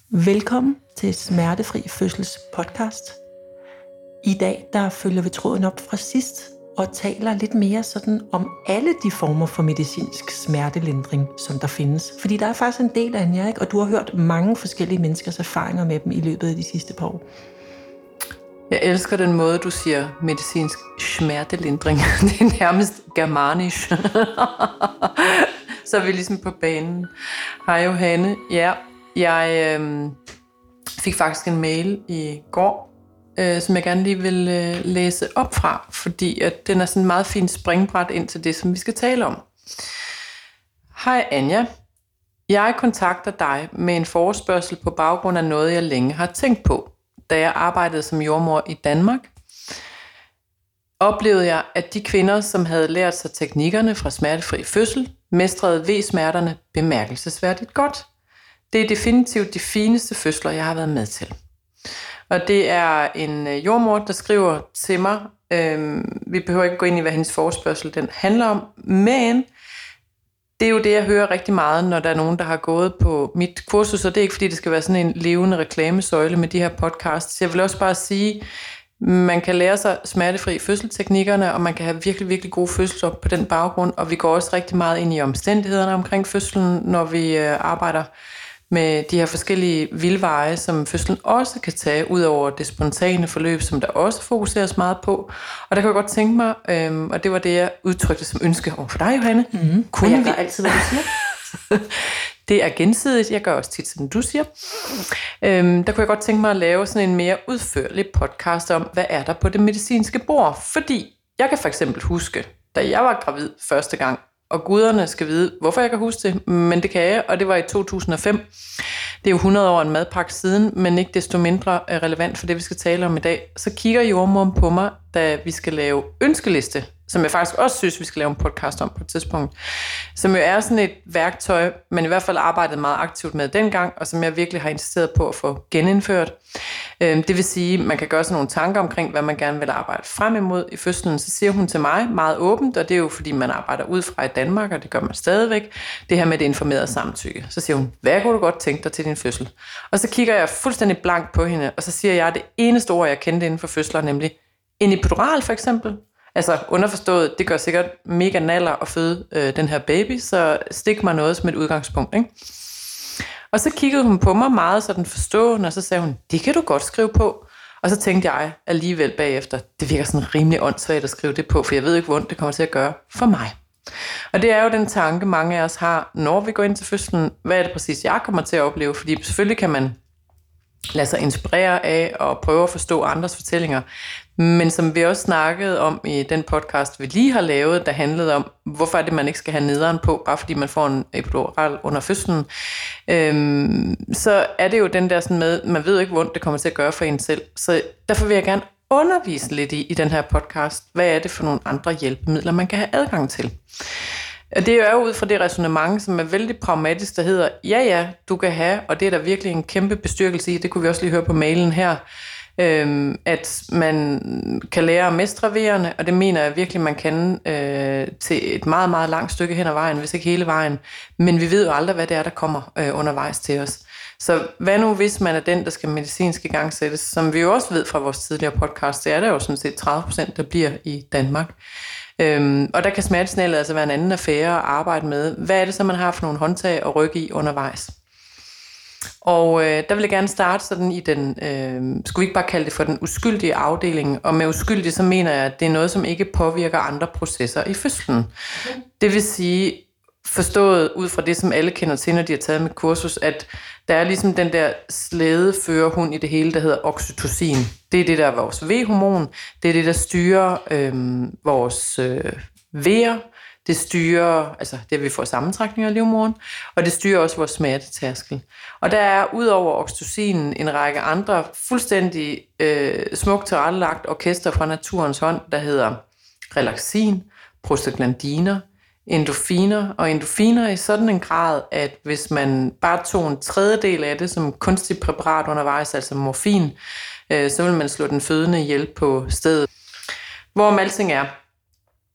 Velkommen til Smertefri Fødsels podcast. I dag der følger vi tråden op fra sidst og taler lidt mere sådan om alle de former for medicinsk smertelindring, som der findes. Fordi der er faktisk en del af jer, ikke? Og du har hørt mange forskellige menneskers erfaringer med dem i løbet af de sidste par år. Jeg elsker den måde, du siger medicinsk smertelindring. Det er nærmest germanisk. Så er vi ligesom på banen. Hej Johanne. Ja, jeg fik faktisk en mail i går, som jeg gerne lige vil læse op fra, fordi at den er sådan en meget fin springbræt ind til det, som vi skal tale om. Hej Anja. Jeg kontakter dig med en forespørgsel på baggrund af noget, jeg længe har tænkt på. Da jeg arbejdede som jordmor i Danmark, oplevede jeg, at de kvinder, som havde lært sig teknikkerne fra smertefri fødsel, mestrede V-smerterne bemærkelsesværdigt godt. Det er definitivt de fineste fødsler, jeg har været med til. Og det er en jordmor, der skriver til mig. Vi behøver ikke gå ind i, hvad hendes forespørgsel den handler om, men det er jo det, jeg hører rigtig meget, når der er nogen, der har gået på mit kursus, og det er ikke, fordi det skal være sådan en levende reklamesøjle med de her podcasts. Jeg vil også bare sige, man kan lære sig smertefri fødselsteknikkerne, og man kan have virkelig, virkelig gode fødsler på den baggrund, og vi går også rigtig meget ind i omstændighederne omkring fødslen, når vi arbejder med de her forskellige vildveje, som fødslen også kan tage, ud over det spontane forløb, som der også fokuseres meget på. Og der kan jeg godt tænke mig, og det var det, jeg udtrykte som ønske over for dig, Johanne. Og jeg gør altid, hvad du siger. Det er gensidigt. Jeg gør også tit, som du siger. Der kunne jeg godt tænke mig at lave sådan en mere udførlig podcast om, hvad er der på det medicinske bord. Fordi jeg kan for eksempel huske, da jeg var gravid første gang, og guderne skal vide, hvorfor jeg kan huske det, men det kan jeg, og det var i 2005. Det er jo 100 år en madpakke siden, men ikke desto mindre relevant for det, vi skal tale om i dag. Så kigger jordmoren på mig, da vi skal lave ønskeliste, som jeg faktisk også synes, vi skal lave en podcast om på et tidspunkt, som jo er sådan et værktøj, man i hvert fald arbejdede meget aktivt med dengang, og som jeg virkelig har insisteret på at få genindført. Det vil sige, man kan gøre sig nogle tanker omkring, hvad man gerne vil arbejde frem imod i fødslen. Så siger hun til mig meget åbent, og det er jo fordi, man arbejder ud fra i Danmark, og det gør man stadigvæk, det her med det informerede samtykke. Så siger hun, hvad kunne du godt tænke dig til din fødsel? Og så kigger jeg fuldstændig blank på hende, og så siger jeg det eneste ord, jeg kendte inden for fødsler, nemlig en epidural for eksempel. Altså underforstået, det gør sikkert mega naller at føde den her baby, så stik mig noget som et udgangspunkt, ikke? Og så kiggede hun på mig meget sådan forstående, og så sagde hun, det kan du godt skrive på. Og så tænkte jeg alligevel bagefter, det virker sådan rimelig åndssvagt at skrive det på, for jeg ved ikke, hvor ondt det kommer til at gøre for mig. Og det er jo den tanke, mange af os har, når vi går ind til fødslen, hvad er det præcis, jeg kommer til at opleve? Fordi selvfølgelig kan man lade sig inspirere af og prøve at forstå andres fortællinger. Men som vi også snakkede om i den podcast, vi lige har lavet, der handlede om, hvorfor er det, man ikke skal have nederen på, bare fordi man får en epidural under fødslen, så er det jo den der sådan med, man ved ikke, hvor ondt det kommer til at gøre for en selv. Så derfor vil jeg gerne undervise lidt i den her podcast, hvad er det for nogle andre hjælpemidler, man kan have adgang til. Og det er jo ud fra det ræsonnement, som er vældig pragmatisk, der hedder, ja, du kan have, og det er der virkelig en kæmpe bestyrkelse i, det kunne vi også lige høre på mailen her, at man kan lære at mestre V'erne, og det mener jeg virkelig, man kan til et meget, meget langt stykke hen ad vejen, hvis ikke hele vejen. Men vi ved jo aldrig, hvad det er, der kommer undervejs til os. Så hvad nu, hvis man er den, der skal medicinsk igangsættes, som vi jo også ved fra vores tidligere podcast, det er der jo sådan set 30%, der bliver i Danmark. Og der kan smertesignalet altså være en anden affære at arbejde med. Hvad er det så, man har for nogle håndtag at rykke i undervejs? Og der vil jeg gerne starte sådan i den, skulle vi ikke bare kalde det for den uskyldige afdeling, og med uskyldig så mener jeg, at det er noget, som ikke påvirker andre processer i fødslen. Okay. Det vil sige, forstået ud fra det, som alle kender til, når de har taget med kursus, at der er ligesom den der slædeførerhund i det hele, der hedder oxytocin. Det er det, der er vores V-hormon. Det er det, der styrer vores V'er. Det styrer, altså det, vi får sammentrækninger af livmoderen, og det styrer også vores smertetærskel. Og der er udover oxytocinen en række andre fuldstændig smukt tilrettelagt orkester fra naturens hånd, der hedder relaxin, prostaglandiner, endorfiner, og endorfiner i sådan en grad, at hvis man bare tog en tredjedel af det som kunstigt præparat undervejs, altså morfin, så vil man slå den fødende ihjel på stedet. Hvorom alting er,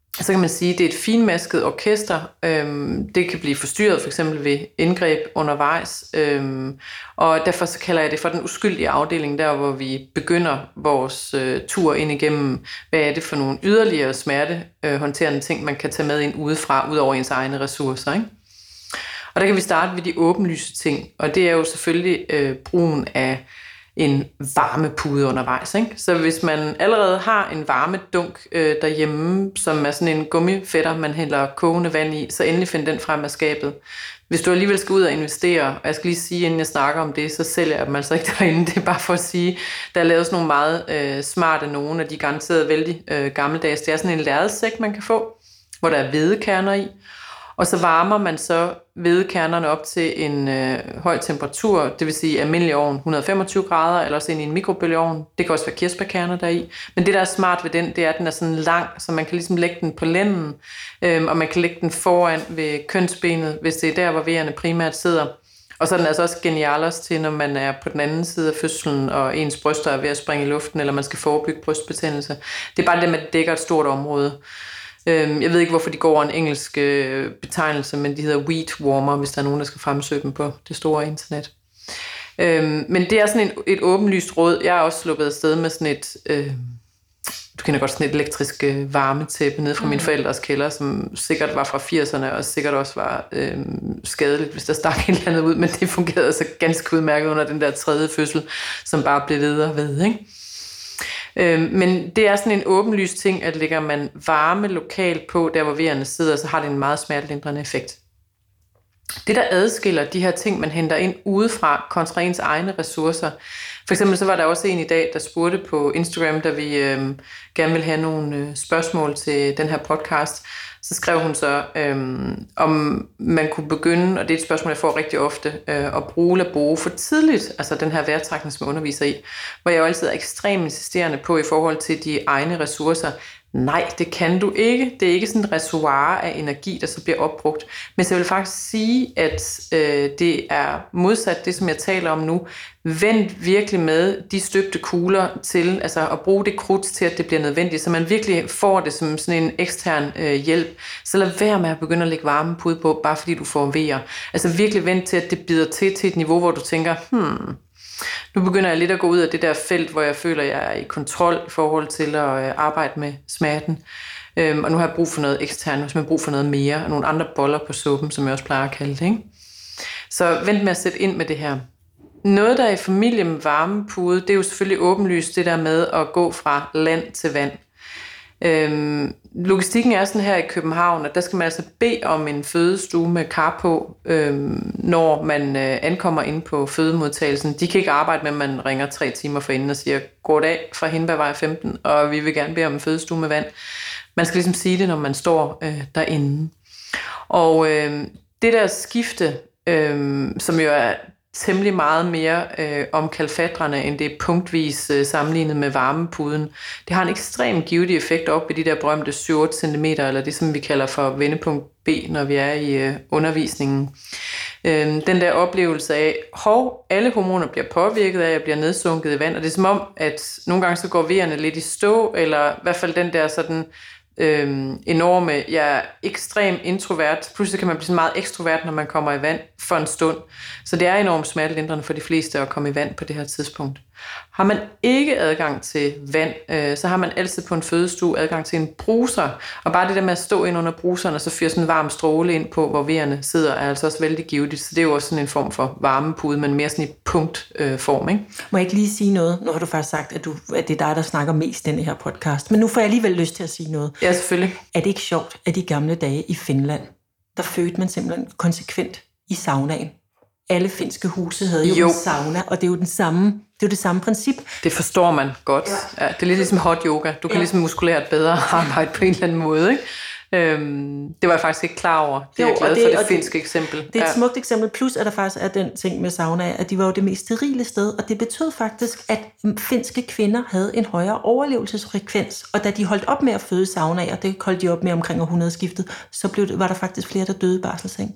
Så kan man sige, at det er et finmasket orkester. Det kan blive forstyrret for eksempel ved indgreb undervejs. Og derfor så kalder jeg det for den uskyldige afdeling, der hvor vi begynder vores tur ind igennem, hvad er det for nogle yderligere smertehåndterende ting, man kan tage med ind udefra, ud over ens egne ressourcer. Ikke? Og der kan vi starte ved de åbenlyse ting, og det er jo selvfølgelig brugen af en varmepude undervejs. Ikke? Så hvis man allerede har en varmedunk derhjemme, som er sådan en gummifætter, man hælder kogende vand i, så endelig find den frem af skabet. Hvis du alligevel skal ud og investere, og jeg skal lige sige, inden jeg snakker om det, så sælger jeg dem altså ikke derinde. Det er bare for at sige, der er lavet sådan nogle meget smarte nogen, og de er garanteret vældig gammeldags. Det er sådan en lærredsæk, man kan få, hvor der er hvedekerner i. Og så varmer man så hvedekernerne op til en høj temperatur, det vil sige almindelig ovn 125 grader, eller også ind i en mikrobølgeovn. Det kan også være kirsebærkerner deri. Men det, der er smart ved den, det er, at den er sådan lang, så man kan ligesom lægge den på lænden, og man kan lægge den foran ved kønsbenet, hvis det er der, hvor vejerne primært sidder. Og så er den altså også genialers til, når man er på den anden side af fødslen, og ens bryster er ved at springe i luften, eller man skal forebygge brystbetændelse. Det er bare det med, at det dækker et stort område. Jeg ved ikke, hvorfor de går over en engelsk betegnelse, men de hedder wheat warmer, hvis der er nogen, der skal fremsøge dem på det store internet. Men det er sådan et åbenlyst råd. Jeg er også sluppet afsted med sådan et, du kender godt sådan et elektrisk varmetæppe nede fra mine forældres kælder, som sikkert var fra 80'erne, og sikkert også var skadeligt, hvis der stak et eller andet ud, men det fungerede altså ganske udmærket under den der tredje fødsel, som bare blev ved og ved, ikke? Men det er sådan en åbenlys ting, at lægger man varme lokalt på, der hvor vejerne sidder, så har det en meget smertelindrende effekt. Det, der adskiller de her ting, man henter ind udefra, kontra ens egne ressourcer. For eksempel så var der også en i dag, der spurgte på Instagram, da vi gerne ville have nogle spørgsmål til den her podcast. Så skrev hun så, om man kunne begynde, og det er et spørgsmål, jeg får rigtig ofte, at bruge Labo for tidligt, altså den her vejrtrækning, som jeg underviser i, hvor jeg jo altid er ekstremt insisterende på i forhold til de egne ressourcer. Nej, det kan du ikke. Det er ikke sådan et reservoir af energi, der så bliver opbrugt. Men jeg vil faktisk sige, at det er modsat det, som jeg taler om nu. Vent virkelig med de støbte kugler til, altså at bruge det krudt til, at det bliver nødvendigt, så man virkelig får det som sådan en ekstern hjælp. Så lad være med at begynde at lægge varmepude på, bare fordi du får vejer. Altså virkelig vent til, at det bider til et niveau, hvor du tænker, nu begynder jeg lidt at gå ud af det der felt, hvor jeg føler, at jeg er i kontrol i forhold til at arbejde med smerten. Og nu har jeg brug for noget eksternt, hvis man har brug for noget mere, og nogle andre boller på suppen, som jeg også plejer at kalde det. Ikke? Så vent med at sætte ind med det her. Noget, der er i familie med varmepude, det er jo selvfølgelig åbenlyst det der med at gå fra land til vand. Logistikken er sådan her i København, at der skal man altså bede om en fødestue med kar på, når man ankommer ind på fødemodtagelsen. De kan ikke arbejde med, at man ringer 3 timer forinden og siger, goddag fra Hindbergvej 15, og vi vil gerne bede om en fødestue med vand. Man skal ligesom sige det, når man står derinde. Og det der skifte, som jo er temmelig meget mere om kalfatrene, end det er punktvis sammenlignet med varmepuden. Det har en ekstrem givtig effekt op ved de der berømte 7-8 cm, eller det som vi kalder for vendepunkt B, når vi er i undervisningen. Den der oplevelse af, alle hormoner bliver påvirket af, at jeg bliver nedsunket i vand, og det er som om, at nogle gange så går vejerne lidt i stå, eller i hvert fald den der sådan enorme, jeg er ekstremt introvert, pludselig kan man blive sådan meget ekstrovert, når man kommer i vand for en stund. Så det er enormt smertelindrende for de fleste at komme i vand på det her tidspunkt. Har man ikke adgang til vand, så har man altid på en fødestue adgang til en bruser, og bare det der med at stå ind under bruseren, og så fyre sådan en varm stråle ind på, hvor vejerne sidder, er altså også vældig givetigt, så det er jo også sådan en form for varmepude, men mere sådan i punktform, ikke? Må jeg ikke lige sige noget? Nu har du faktisk sagt, at det er dig, der snakker mest i denne her podcast, men nu får jeg alligevel lyst til at sige noget. Ja, selvfølgelig. Er det ikke sjovt, at i gamle dage i Finland, der fødte man simpelthen konsekvent i saunaen? Alle finske huse havde jo en sauna, og det er jo det samme princip. Det forstår man godt. Ja, det er lidt ligesom hot yoga. Du kan ligesom muskulært bedre arbejde på en eller anden måde, ikke? Det var jeg faktisk ikke klar over. Det er jeg glad for det finske eksempel. Det er et smukt eksempel, plus at der faktisk er den ting med sauna, at de var jo det mest sterile sted, og det betød faktisk, at finske kvinder havde en højere overlevelsesfrekvens, og da de holdt op med at føde saunaer, det holdt de op med omkring århundredeskiftet, så var der faktisk flere, der døde i barselseng.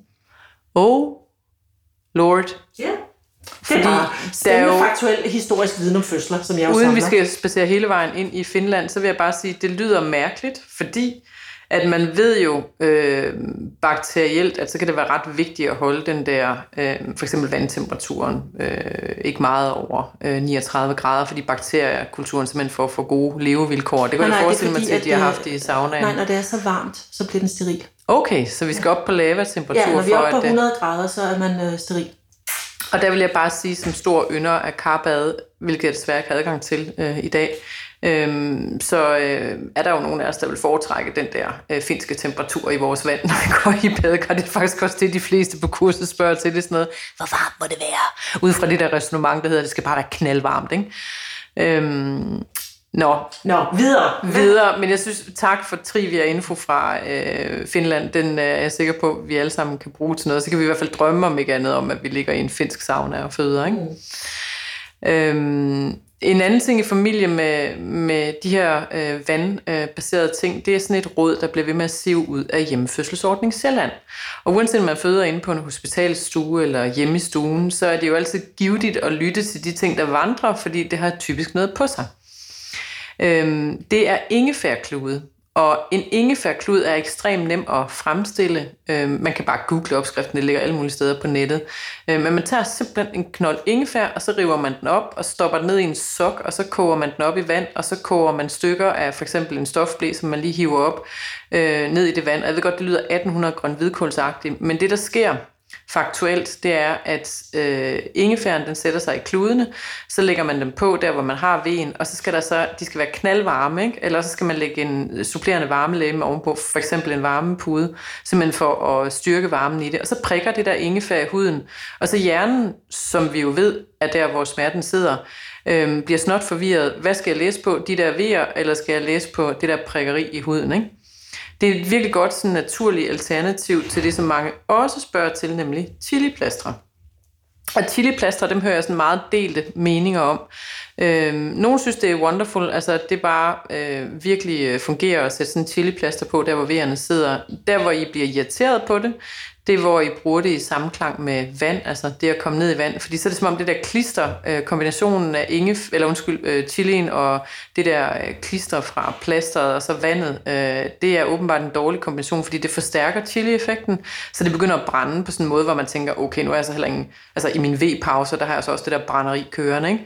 Lord. Ja. Fordi det er jo faktuel historisk viden om fødsler, som jeg jo uden samler. Vi skal spacere hele vejen ind i Finland, så vil jeg bare sige, at det lyder mærkeligt, fordi at man ved jo bakterielt, at så kan det være ret vigtigt at holde den der, for eksempel vandtemperaturen, ikke meget over 39 grader, fordi bakteriekulturen simpelthen får for gode levevilkår. Det kan jeg forestille mig til, at de har haft i saunaen. Nej, når det er så varmt, så bliver den steril. Okay, så vi skal op på lavatemperatur. Ja, når vi er oppe på 100 grader, så er man steril. Og der vil jeg bare sige, som stor ynder af karbad, hvilket jeg desværre ikke har adgang til i dag, så er der jo nogen af os, der vil foretrække den der finske temperatur i vores vand, når vi går i badekar. Det er faktisk også det, de fleste på kurset spørger til. Det er sådan noget, hvor varmt må det være? Ud fra det der ræsonnement, der hedder, det skal bare være knaldvarmt, ikke? Nå, videre. Men jeg synes, tak for trivia-info fra Finland. Den er jeg sikker på, at vi alle sammen kan bruge til noget. Så kan vi i hvert fald drømme om ikke andet om, at vi ligger i en finsk sauna og føder, ikke? En anden ting i familie med de her vandbaserede ting, det er sådan et råd, der bliver ved med at sive ud af hjemmefødselsordning Sjælland. Og uanset om man føder inde på en hospitalsstue eller hjemme i stuen, så er det jo altid givetigt at lytte til de ting, der vandrer, fordi det har typisk noget på sig. Det er ingefærklude, og en ingefærklud er ekstremt nem at fremstille. Man kan bare google opskriften, det ligger alle mulige steder på nettet. Men man tager simpelthen en knold ingefær, og så river man den op og stopper den ned i en sok, og så koger man den op i vand, og så koger man stykker af for eksempel en stofble, som man lige hiver op ned i det vand. Og jeg ved godt, det lyder 1800 grøn hvidkålsagtigt, men det der sker faktuelt, det er, at ingefæren, den sætter sig i kludene, så lægger man dem på der, hvor man har veden, og så skal de skal være knaldvarme, ikke? Eller så skal man lægge en supplerende varmelegeme ovenpå, for eksempel en varmepude, simpelthen for at styrke varmen i det, og så prikker det der ingefær i huden, og så hjernen, som vi jo ved, er der, hvor smerten sidder, bliver snot forvirret. Hvad skal jeg læse på? De der vejer, eller skal jeg læse på det der prikkeri i huden, ikke? Det er et virkelig godt sådan naturligt alternativ til det, som mange også spørger til, nemlig chiliplastre. Og chiliplastre, dem hører jeg sådan meget delte meninger om. Nogle synes, det er wonderful, altså det bare virkelig fungerer at sætte sådan en chiliplaster på, der hvor vejerne sidder. Der hvor I bliver irriteret på det, det er hvor I bruger det i sammenklang med vand, altså det at komme ned i vand. Fordi så er det som om det der klister, kombinationen af chilien og det der klister fra plasteret og så vandet, det er åbenbart en dårlig kombination, fordi det forstærker chili-effekten, så det begynder at brænde på sådan en måde, hvor man tænker, okay, nu er jeg så heller ingen, altså i min V-pauser, der har jeg så også det der brænderi kørende, ikke?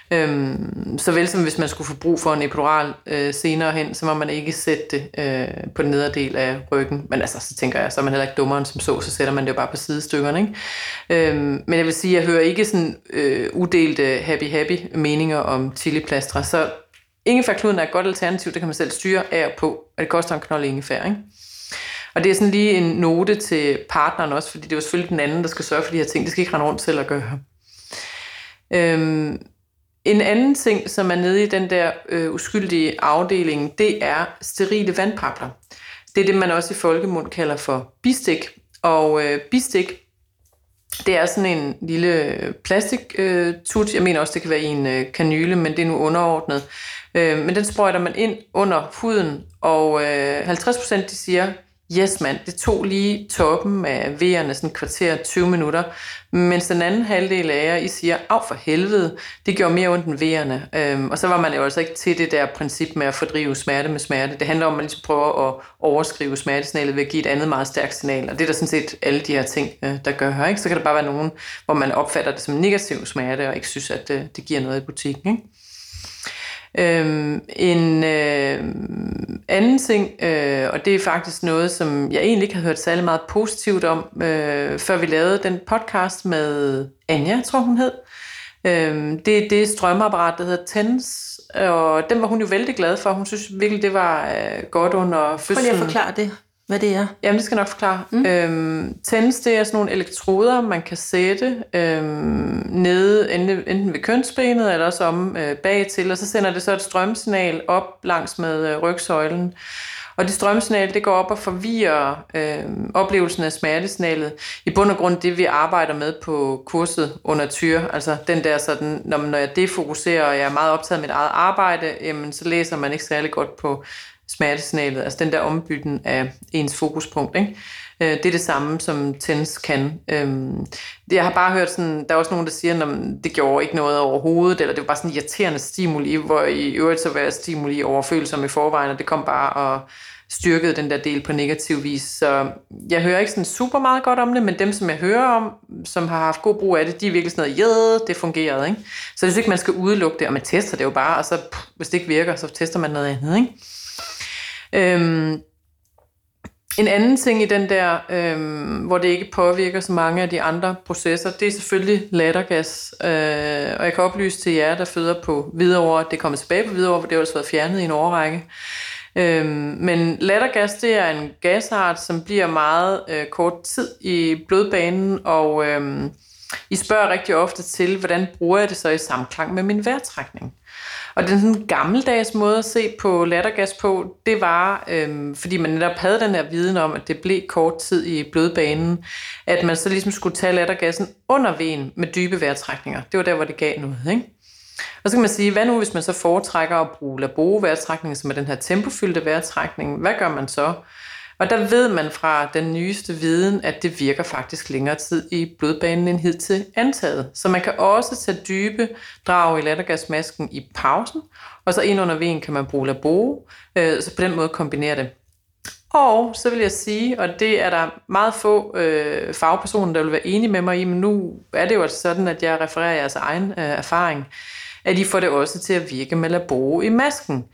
Såvel som hvis man skulle få brug for en epidural senere hen, så må man ikke sætte det på den nederdel af ryggen. Men altså, så tænker jeg, så er man heller ikke dummere end som så sætter man det jo bare på sidestykkerne, ikke? Men jeg vil sige, jeg hører ikke sådan udelte happy meninger om chiliplastre, så ingefærkluden er et godt alternativ, det kan man selv styre af og på, og det koster en knold ingefær, ikke? Og det er sådan lige en note til partneren også, fordi det er jo selvfølgelig den anden, der skal sørge for de her ting, det skal ikke rende rundt selv at gøre. En anden ting, som er nede i den der uskyldige afdeling, det er sterile vandpapler. Det er det, man også i folkemund kalder for bistik. Og bistik, det er sådan en lille plastiktut. Jeg mener også, det kan være i en kanyle, men det er nu underordnet. Men den sprøjter man ind under huden, og 50% de siger, yes mand, det tog lige toppen af vejerne sådan kvarter 20 minutter, mens den anden halvdel af jer, I siger, af for helvede, det gjorde mere ondt end vejerne. Og så var man jo altså ikke til det der princip med at fordrive smerte med smerte. Det handler om, at man ligesom prøver at overskrive smertesignalet ved at give et andet meget stærkt signal. Og det er der sådan set alle de her ting, der gør, ikke? Så kan der bare være nogen, hvor man opfatter det som negativ smerte, og ikke synes, at det giver noget i butikken, ikke? En anden ting, og det er faktisk noget, som jeg egentlig ikke har hørt særlig meget positivt om, før vi lavede den podcast med Anja, tror hun hed. Det er det strømapparat, der hedder TENS, og den var hun jo vældig glad for. Hun synes virkelig, det var godt under fødslen. Prøv lige at forklare det, hvad det er. Jamen, det skal jeg nok forklare. TENS, det er sådan nogle elektroder, man kan sætte nede enten ved kønsbenet eller også om bagtil, og så sender det så et strømsignal op langs med rygsøjlen. Og det strømsignal, det går op og forvirrer oplevelsen af smertesignalet. I bund og grund det, vi arbejder med på kurset under tyr, altså den der sådan, når jeg defokuserer, og jeg er meget optaget af mit eget arbejde, jamen, så læser man ikke særlig godt på smertesignalet, altså den der ombytten af ens fokuspunkt, ikke? Det er det samme, som TENS kan. Jeg har bare hørt sådan, der er også nogen, der siger, at det gjorde ikke noget overhovedet, eller det var bare sådan irriterende stimuli, hvor i øvrigt så var stimuli overfølsom i forvejen, og det kom bare og styrkede den der del på negativ vis. Så jeg hører ikke sådan super meget godt om det, men dem, som jeg hører om, som har haft god brug af det, de er virkelig sådan noget, det fungerede, ikke? Så jeg synes ikke, man skal udelukke det, og man tester det jo bare, og så hvis det ikke virker, så tester man noget andet, ikke? En anden ting i den der, hvor det ikke påvirker så mange af de andre processer, det er selvfølgelig lattergas. Og jeg kan oplyse til jer, der føder på Hvidovre, at det er kommet tilbage på Hvidovre, for det har også været fjernet i en årrække. Men lattergas, det er en gasart, som bliver meget kort tid i blodbanen, og I spørger rigtig ofte til, hvordan bruger jeg det så i samklang med min vejrtrækning. Og den sådan gammeldags måde at se på lattergas på, det var, fordi man netop havde den her viden om, at det blev kort tid i blodbanen, at man så ligesom skulle tage lattergassen under vejen med dybe vejrtrækninger. Det var der, hvor det gav noget, ikke? Og så kan man sige, hvad nu hvis man så foretrækker at bruge Labo-vejrtrækning, som er den her tempofyldte vejrtrækning, hvad gør man så? Og der ved man fra den nyeste viden, at det virker faktisk længere tid i blodbanen end hidtil antaget. Så man kan også tage dybe drag i lattergasmasken i pausen, og så ind under vejen kan man bruge Labo, så på den måde kombinere det. Og så vil jeg sige, og det er der meget få fagpersoner, der vil være enige med mig i, men nu er det jo altså sådan, at jeg refererer jeres egen erfaring, at I får det også til at virke med Labo i masken.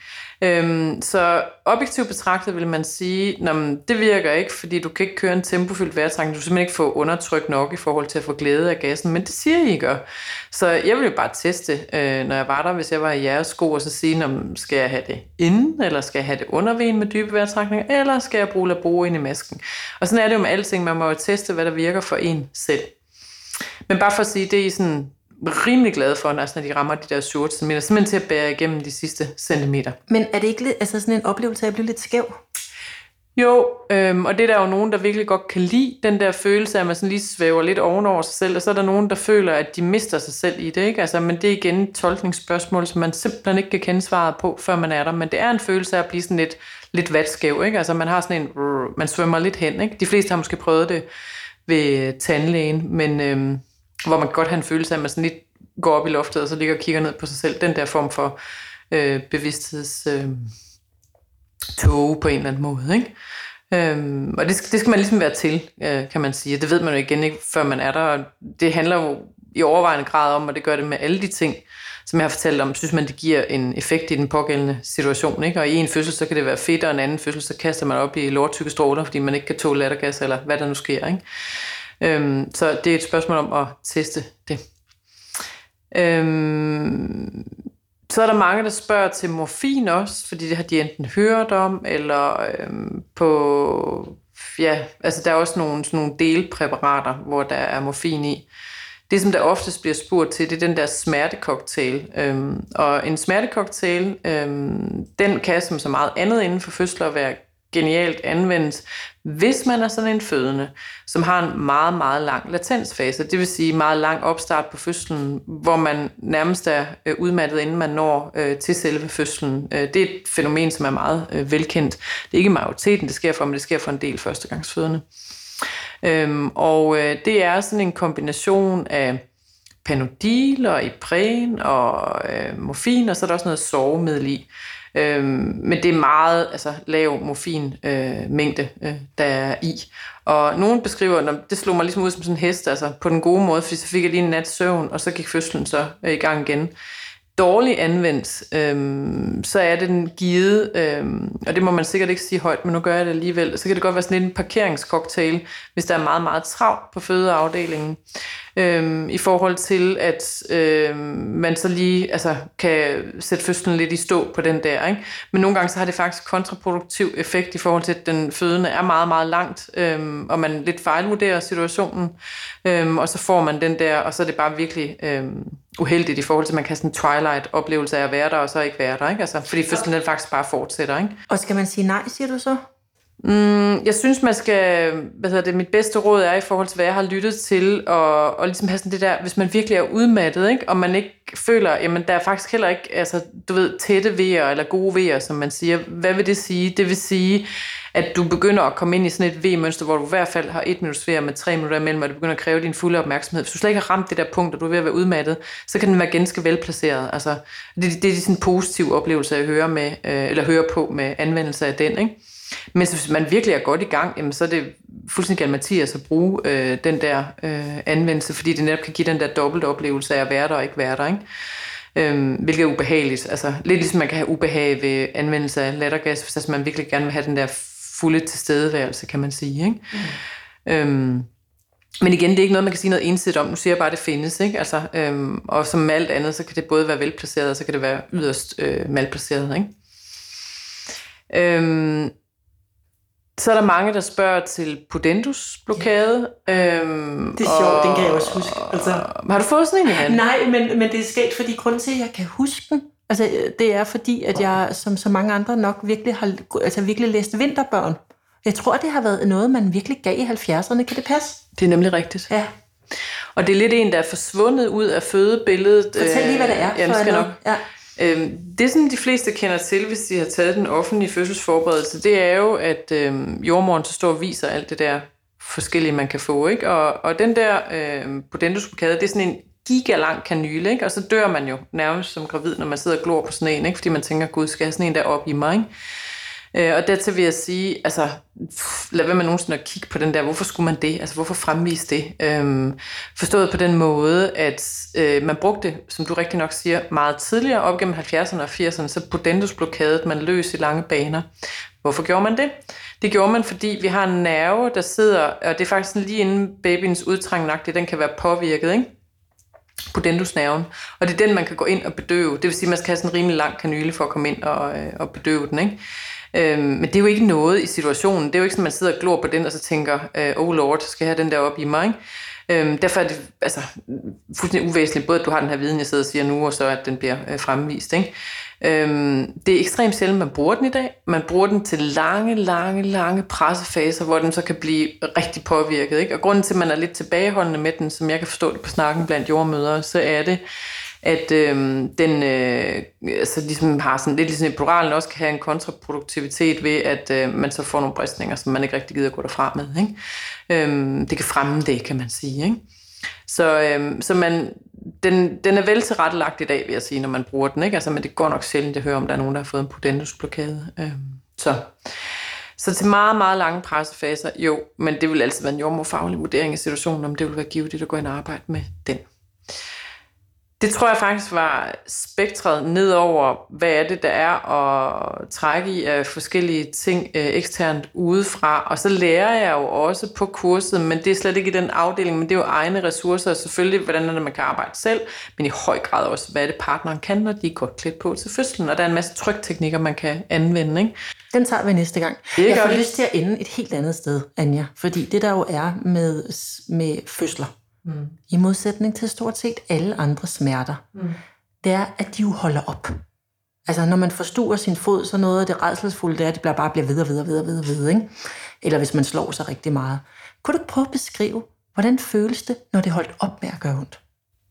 Så objektivt betragtet vil man sige, det virker ikke, fordi du kan ikke køre en tempofyldt vejrtrækning, du kan simpelthen ikke få undertryk nok i forhold til at få glæde af gassen, men det siger I gør. Så jeg vil jo bare teste, når jeg var der, hvis jeg var i jeres sko, og så sige, skal jeg have det inden, eller skal jeg have det under vejen med dybe vejrtrækninger, eller skal jeg bruge Labo ind i masken? Og sådan er det jo med alting, man må jo teste, hvad der virker for en selv. Men bare for at sige, det er I sådan rimelig glade for, når de rammer de der 7 cm, simpelthen til at bære igennem de sidste centimeter. Men er det ikke lidt, sådan en oplevelse af at blive lidt skæv? Jo, og det er der jo nogen, der virkelig godt kan lide, den der følelse af, at man sådan lige svæver lidt ovenover sig selv, og så er der nogen, der føler, at de mister sig selv i det, ikke? Altså, men det er igen et tolkningsspørgsmål, som man simpelthen ikke kan kende svaret på, før man er der, men det er en følelse af at blive sådan lidt vatskæv, ikke? Altså, man har sådan man svømmer lidt hen, ikke? De fleste har måske prøvet det ved tandlægen, men hvor man godt har en følelse af, at man sådan lidt går op i loftet, og så ligger og kigger ned på sig selv. Den der form for bevidsthedståge på en eller anden måde, ikke? Og det skal man ligesom være til, kan man sige. Det ved man jo igen ikke, før man er der. Og det handler jo i overvejende grad om, og det gør det med alle de ting, som jeg har fortalt om, synes man, det giver en effekt i den pågældende situation, ikke? Og i en fødsel, så kan det være fedt, og en anden fødsel, så kaster man op i lortykke stråler, fordi man ikke kan tåle lattergas, eller hvad der nu sker, ikke? Så det er et spørgsmål om at teste det. Så er der mange, der spørger til morfin også, fordi det har de enten hørt om, eller altså der er også sådan nogle delpræparater, hvor der er morfin i. Det, som der oftest bliver spurgt til, det er den der smertecocktail. Og en smertecocktail, den kan som så meget andet inden for fødsler være genialt anvendt, hvis man er sådan en fødende, som har en meget, meget lang latensfase. Det vil sige meget lang opstart på fødslen, hvor man nærmest er udmattet, inden man når til selve fødslen. Det er et fænomen, som er meget velkendt. Det er ikke majoriteten, det sker for, men det sker for en del førstegangsfødende. Og det er sådan en kombination af Panodil og Ipren og morfin, og så er der også noget sovemiddel i. Men det er meget lav morfinmængde, der er i. Og nogen beskriver, det slog mig ligesom ud som sådan en hest, altså på den gode måde, fordi så fik jeg lige en nat søvn, og så gik fødslen så i gang igen. Dårligt anvendt, så er det den givet, og det må man sikkert ikke sige højt, men nu gør jeg det alligevel, så kan det godt være sådan en parkeringscocktail, hvis der er meget, meget travlt på fødeafdelingen, i forhold til, at man så lige kan sætte fødslen lidt i stå på den der, ikke? Men nogle gange så har det faktisk kontraproduktiv effekt i forhold til, at den fødende er meget, meget langt, og man lidt fejlvurderer situationen, og så får man den der, og så er det bare virkelig uheldigt i forhold til, at man kan have sådan en twilight-oplevelse af at være der, og så ikke være der, ikke? Altså, fordi fødslen den faktisk bare fortsætter, ikke? Og skal man sige nej, siger du så? Jeg synes, man skal, mit bedste råd er i forhold til, hvad jeg har lyttet til, og ligesom have sådan det der, hvis man virkelig er udmattet, ikke? Og man ikke føler, jamen der er faktisk heller ikke, tætte vejer eller gode vejer, som man siger. Hvad vil det sige? Det vil sige, at du begynder at komme ind i sådan et V-mønster, hvor du i hvert fald har 1 minuts ferie med 3 minutter imellem, og det begynder at kræve din fulde opmærksomhed. Hvis du slet ikke har ramt det der punkt, og du er ved at være udmattet, så kan den være ganske velplaceret. Altså, det er sådan en positiv oplevelse at høre på med anvendelse af den, ikke? Men hvis man virkelig er godt i gang, jamen, så er det fuldstændig Mathias at bruge den der anvendelse, fordi det netop kan give den der dobbelt oplevelse af at være der og ikke være der, ikke? Hvilket er ubehageligt. Altså, lidt ligesom man kan have ubehag ved anvendelse af lattergas, hvis man virkelig gerne vil have den der fulde tilstedeværelse, kan man sige, ikke? Men igen, det er ikke noget, man kan sige noget ensidigt om. Nu siger jeg bare, at det findes, ikke? Altså, og som med alt andet, så kan det både være velplaceret, og så kan det være yderst malplaceret, ikke? Så er der mange, der spørger til pudendus blokade. Det er sjovt, den kan jeg også huske. Altså, har du fået sådan en i handen? Nej, men det er skægt, fordi grunden til, at jeg kan huske den, altså, det er fordi, at jeg, som så mange andre nok, virkelig har virkelig læst Vinterbørn. Jeg tror, det har været noget, man virkelig gav i 70'erne. Kan det passe? Det er nemlig rigtigt. Ja. Og det er lidt en, der er forsvundet ud af fødebilledet. Fortæl lige, hvad det er. Jamen, skal nok. Ja. Det, som de fleste kender til, hvis de har taget den offentlige fødselsforberedelse, det er jo, at jordmoren så står og viser alt det der forskellige, man kan få, ikke? Og den der pudendusblokade, det er sådan en gigalang kanyle, ikke? Og så dør man jo nærmest som gravid, når man sidder og glor på sådan en, ikke? Fordi man tænker, gud, skal jeg have sådan en der op i mig, ikke? Og dertil vil jeg sige, altså, lad være med nogensinde at kigge på den der, hvorfor skulle man det? Altså, hvorfor fremvise det? Forstået på den måde, at man brugte, som du rigtig nok siger, meget tidligere, op gennem 70'erne og 80'erne, så pudendusblokadet man løs i lange baner. Hvorfor gjorde man det? Det gjorde man, fordi vi har en nerve, der sidder, og det er faktisk lige inden babyens udtrængnagtigt, den kan være påvirket, ikke? Pudendusnerven. Og det er den, man kan gå ind og bedøve. Det vil sige, at man skal have sådan en rimelig lang kanyle for at komme ind og bedøve den, ikke? Men det er jo ikke noget i situationen. Det er jo ikke sådan, at man sidder og glor på den, og så tænker, oh lord, skal jeg have den der op i mig? Derfor er det altså fuldstændig uvæsentligt, både at du har den her viden, jeg sidder og siger nu, og så at den bliver fremvist, ikke? Det er ekstremt sjældent, man bruger den i dag. Man bruger den til lange pressefaser, hvor den så kan blive rigtig påvirket, ikke? Og grunden til, at man er lidt tilbageholdende med den, som jeg kan forstå det på snakken blandt jordmødre, så er det, at den altså ligesom har sådan lidt ligesom epiduralen også kan have en kontraproduktivitet ved, at man så får nogle bristninger, som man ikke rigtig gider at gå derfra med, ikke? Det kan fremme det, kan man sige, ikke? Så den er vel tilrettelagt i dag, vil jeg sige, når man bruger den, ikke? Altså, men det går nok sjældent, at høre, om der er nogen, der har fået en pudendusblokade. Så til meget lange pressefaser, jo, men det vil altid være en jordmorfaglig vurdering af situationen, om det vil være givet at gå ind og arbejde med den. Det tror jeg faktisk var spektret nedover, hvad er det, der er at trække i af forskellige ting eksternt udefra. Og så lærer jeg jo også på kurset, men det er slet ikke i den afdeling, men det er jo egne ressourcer, og selvfølgelig, hvordan er det, man kan arbejde selv, men i høj grad også, hvad er det, partneren kan, når de er godt klædt på til fødslen. Og der er en masse trykteknikker, man kan anvende, ikke? Den tager vi næste gang. Jeg får lyst til at ende et helt andet sted, Anja, fordi det der jo er med fødsler, i modsætning til stort set alle andre smerter, det er, at de jo holder op. Altså, når man forstuer sin fod, så noget af det rædselsfulde, det er, at det bare bliver ved, ikke? Eller hvis man slår sig rigtig meget. Kunne du prøve at beskrive, hvordan føles det, når det holdt op med at gøre ondt?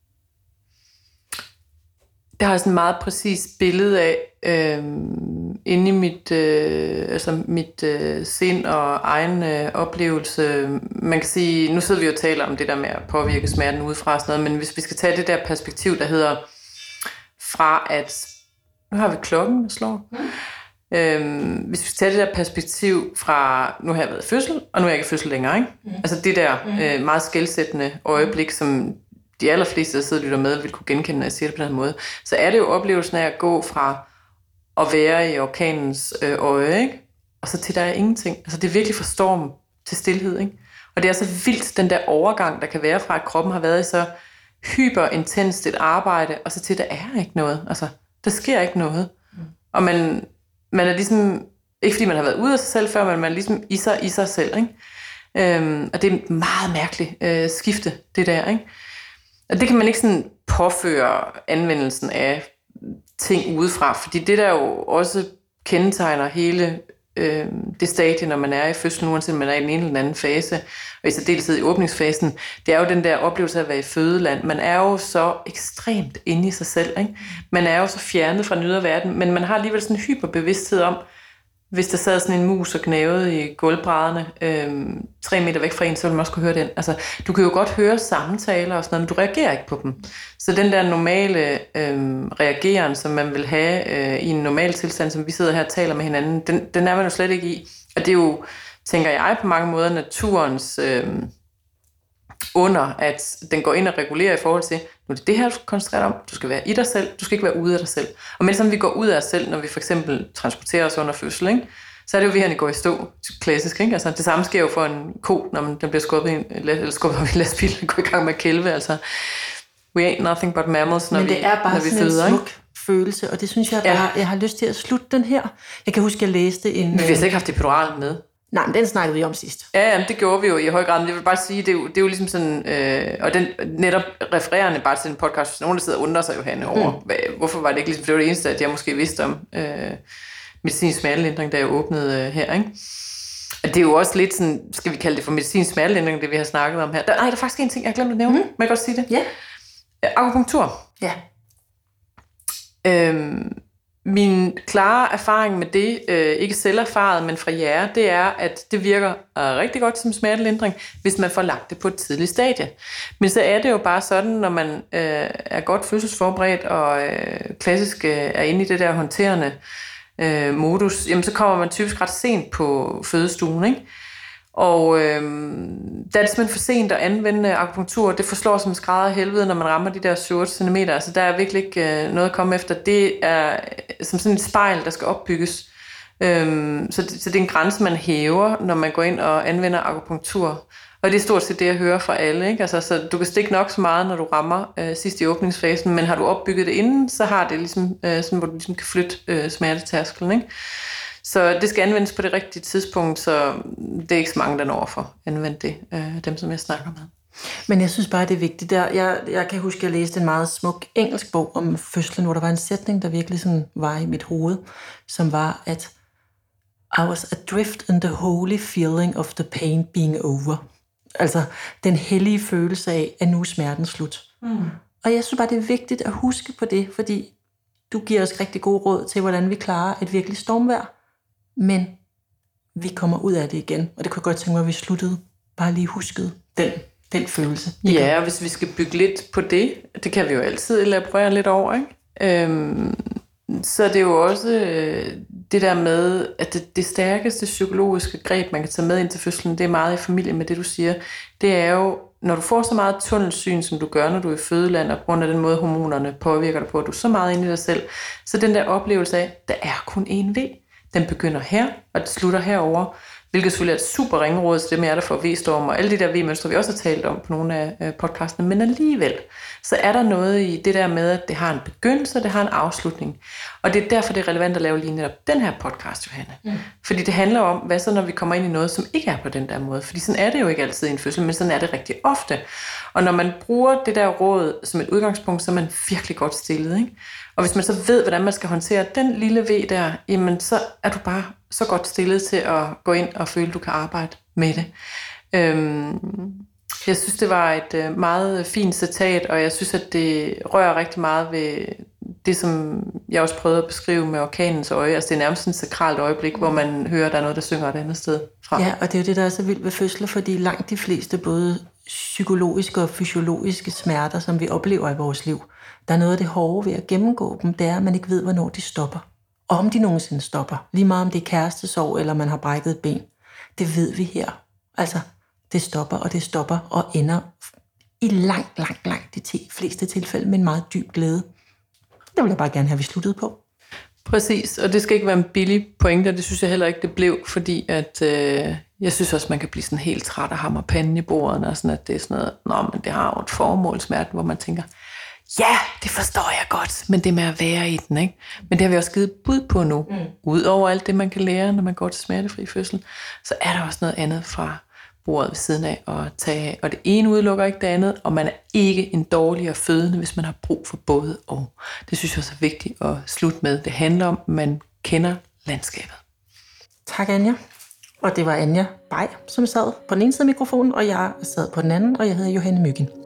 Det har jeg sådan et meget præcist billede af inde i mit sind og egen oplevelse. Man kan sige, nu sidder vi og taler om det der med at påvirke smerten udefra og sådan noget, men hvis vi skal tage det der perspektiv, der hedder fra at, nu har vi klokken, der slår. Hvis vi skal tage det der perspektiv fra, nu har jeg været i fødsel, og nu er jeg ikke i fødsel længere, ikke? Altså det der meget skelsættende øjeblik, som de allerfleste, der sidder og lytter med, vil kunne genkende, når jeg siger det på den måde, så er det jo oplevelsen af at gå fra at være i orkanens øje, ikke? Og så til der er ingenting. Altså det er virkelig fra storm til stilhed, ikke? Og det er så vildt, den der overgang, der kan være fra, at kroppen har været i så hyperintenst et arbejde, og så til, der er ikke noget. Altså, der sker ikke noget. Og man er ligesom, ikke fordi man har været ude af sig selv før, men man er ligesom i sig selv, ikke? Og det er et meget mærkeligt skifte, det der, ikke? Og det kan man ikke sådan påføre anvendelsen af ting udefra, fordi det der jo også kendetegner hele det stadie, når man er i fødslen, uanset om man er i den ene eller den anden fase, og i særdeleshed i åbningsfasen, det er jo den der oplevelse af at være i fødeland. Man er jo så ekstremt inde i sig selv, ikke? Man er jo så fjernet fra den ydre verden, men man har alligevel sådan en hyperbevidsthed om, Hvis der sad sådan en mus og gnavede i gulvbrædderne 3 meter væk fra en, så ville man også kunne høre den. Altså, du kan jo godt høre samtaler og sådan noget, men du reagerer ikke på dem. Så den der normale reageren, som man vil have i en normal tilstand, som vi sidder her og taler med hinanden, den er man jo slet ikke i. Og det er jo, tænker jeg, på mange måder naturens under, at den går ind og regulerer i forhold til, nu er det her, du skal koncentrere dig om, du skal være i dig selv, du skal ikke være ude af dig selv. Og mens vi går ud af os selv, når vi for eksempel transporterer os under fødsel, ikke? Så er det jo ved, at den går i stå, klassisk. Ikke? Altså, det samme sker jo for en ko, når den bliver skubbet op i lastbilen og går i gang med at kælve. Altså, we ain't nothing but mammals, når vi føder. Men det er bare sådan en smuk følelse, og det synes jeg bare, jeg har lyst til at slutte den her. Jeg kan huske, at jeg læste en... Men vi har slet ikke haft epidural med. Nej, men den snakkede vi om sidst. Ja, det gjorde vi jo i høj grad, men jeg vil bare sige, det er jo ligesom sådan, og den netop refererende bare til den podcast, hvis nogen der sidder og undrer sig, Johanne, over, hvorfor var det ikke ligesom, det var det eneste, at jeg måske vidste om medicinsk smertelindring, da jeg åbnede her, ikke? Og det er jo også lidt sådan, skal vi kalde det for medicinsk smertelindring, det vi har snakket om her. Der er faktisk en ting, jeg har glemt at nævne, må jeg godt sige det? Ja. Akupunktur. Ja. Min klare erfaring med det, ikke selv erfaret, men fra jer, det er, at det virker rigtig godt som smertelindring, hvis man får lagt det på et tidligt stadie. Men så er det jo bare sådan, når man er godt fødselsforberedt og klassisk er inde i det der håndterende modus, jamen så kommer man typisk ret sent på fødestuen, ikke? Og der er det simpelthen for sent at anvende akupunktur. Det forslår som skrædder af helvede, når man rammer de der 7 cm. Altså der er virkelig ikke noget at komme efter. Det er som sådan et spejl, der skal opbygges. Så det er en grænse, man hæver, når man går ind og anvender akupunktur. Og det er stort set det, jeg hører fra alle. Ikke? Altså, så du kan stikke nok så meget, når du rammer sidst i åbningsfasen, men har du opbygget det inden, så har det ligesom sådan, hvor du ligesom kan flytte smertetærskelen, ikke? Så det skal anvendes på det rigtige tidspunkt, så det er ikke så mange, der når for at anvende det, dem som jeg snakker med. Men jeg synes bare, det er vigtigt. Jeg kan huske, at jeg læste en meget smuk engelsk bog om fødslen, hvor der var en sætning, der virkelig sådan var i mit hoved, som var, at I was adrift in the holy feeling of the pain being over. Altså den hellige følelse af, at nu er smerten slut. Og jeg synes bare, det er vigtigt at huske på det, fordi du giver os rigtig gode råd til, hvordan vi klarer et virkelig stormvejr. Men vi kommer ud af det igen, og det kunne jeg godt tænke mig, at vi sluttede, bare lige huskede den følelse. Ja, og hvis vi skal bygge lidt på det kan vi jo altid elaborere lidt over, ikke? Så det er jo også det der med, at det stærkeste psykologiske greb, man kan tage med ind til fødslen, det er meget i familie med det, du siger. Det er jo, når du får så meget tunnelsyn, som du gør, når du er i fødeland, og på grund af den måde, hormonerne påvirker dig på, at du er så meget inde i dig selv, så den der oplevelse af, der er kun én vej. Den begynder her, og det slutter herover, hvilket selvfølgelig er et super ringeråd til dem, der får V-storm, og alle de der V-mønstre, vi også har talt om på nogle af podcastene, men alligevel, så er der noget i det der med, at det har en begyndelse, og det har en afslutning. Og det er derfor, det er relevant at lave lige netop den her podcast, Johanne. Fordi det handler om, hvad så, når vi kommer ind i noget, som ikke er på den der måde. Fordi sådan er det jo ikke altid i en fødsel, men sådan er det rigtig ofte. Og når man bruger det der råd som et udgangspunkt, så er man virkelig godt stillet, ikke? Og hvis man så ved, hvordan man skal håndtere den lille V der, jamen så er du bare så godt stillet til at gå ind og føle, at du kan arbejde med det. Jeg synes, det var et meget fint citat, og jeg synes, at det rører rigtig meget ved det, som jeg også prøvede at beskrive med orkanens øje. Altså det er nærmest et sakralt øjeblik, hvor man hører, at der er noget, der synger et andet sted fra. Ja, og det er jo det, der er så vildt ved fødsler, fordi langt de fleste både psykologiske og fysiologiske smerter, som vi oplever i vores liv, der er noget af det hårde ved at gennemgå dem, det er, at man ikke ved, hvornår de stopper. Og om de nogensinde stopper. Lige meget om det er kærestesorg, eller man har brækket et ben. Det ved vi her. Altså, det stopper og ender i langt de fleste tilfælde med en meget dyb glæde. Det vil jeg bare gerne have, vi sluttede på. Præcis, og det skal ikke være en billig pointe, og det synes jeg heller ikke, det blev, fordi at jeg synes også, man kan blive sådan helt træt af hammer panden i bordet, og sådan, at det er sådan noget, men det har jo et formål, smerten, hvor man tænker, ja, det forstår jeg godt, men det med at være i den, ikke? Men det har vi også givet bud på nu. Udover alt det, man kan lære, når man går til smertefri fødsel, så er der også noget andet fra bordet ved siden af at tage af. Og det ene udelukker ikke det andet, og man er ikke en dårligere fødende, hvis man har brug for både og. Det synes jeg også er vigtigt at slutte med. Det handler om, at man kender landskabet. Tak, Anja. Og det var Anja Bay, som sad på den ene side af mikrofonen, og jeg sad på den anden, og jeg hedder Johanne Myggen.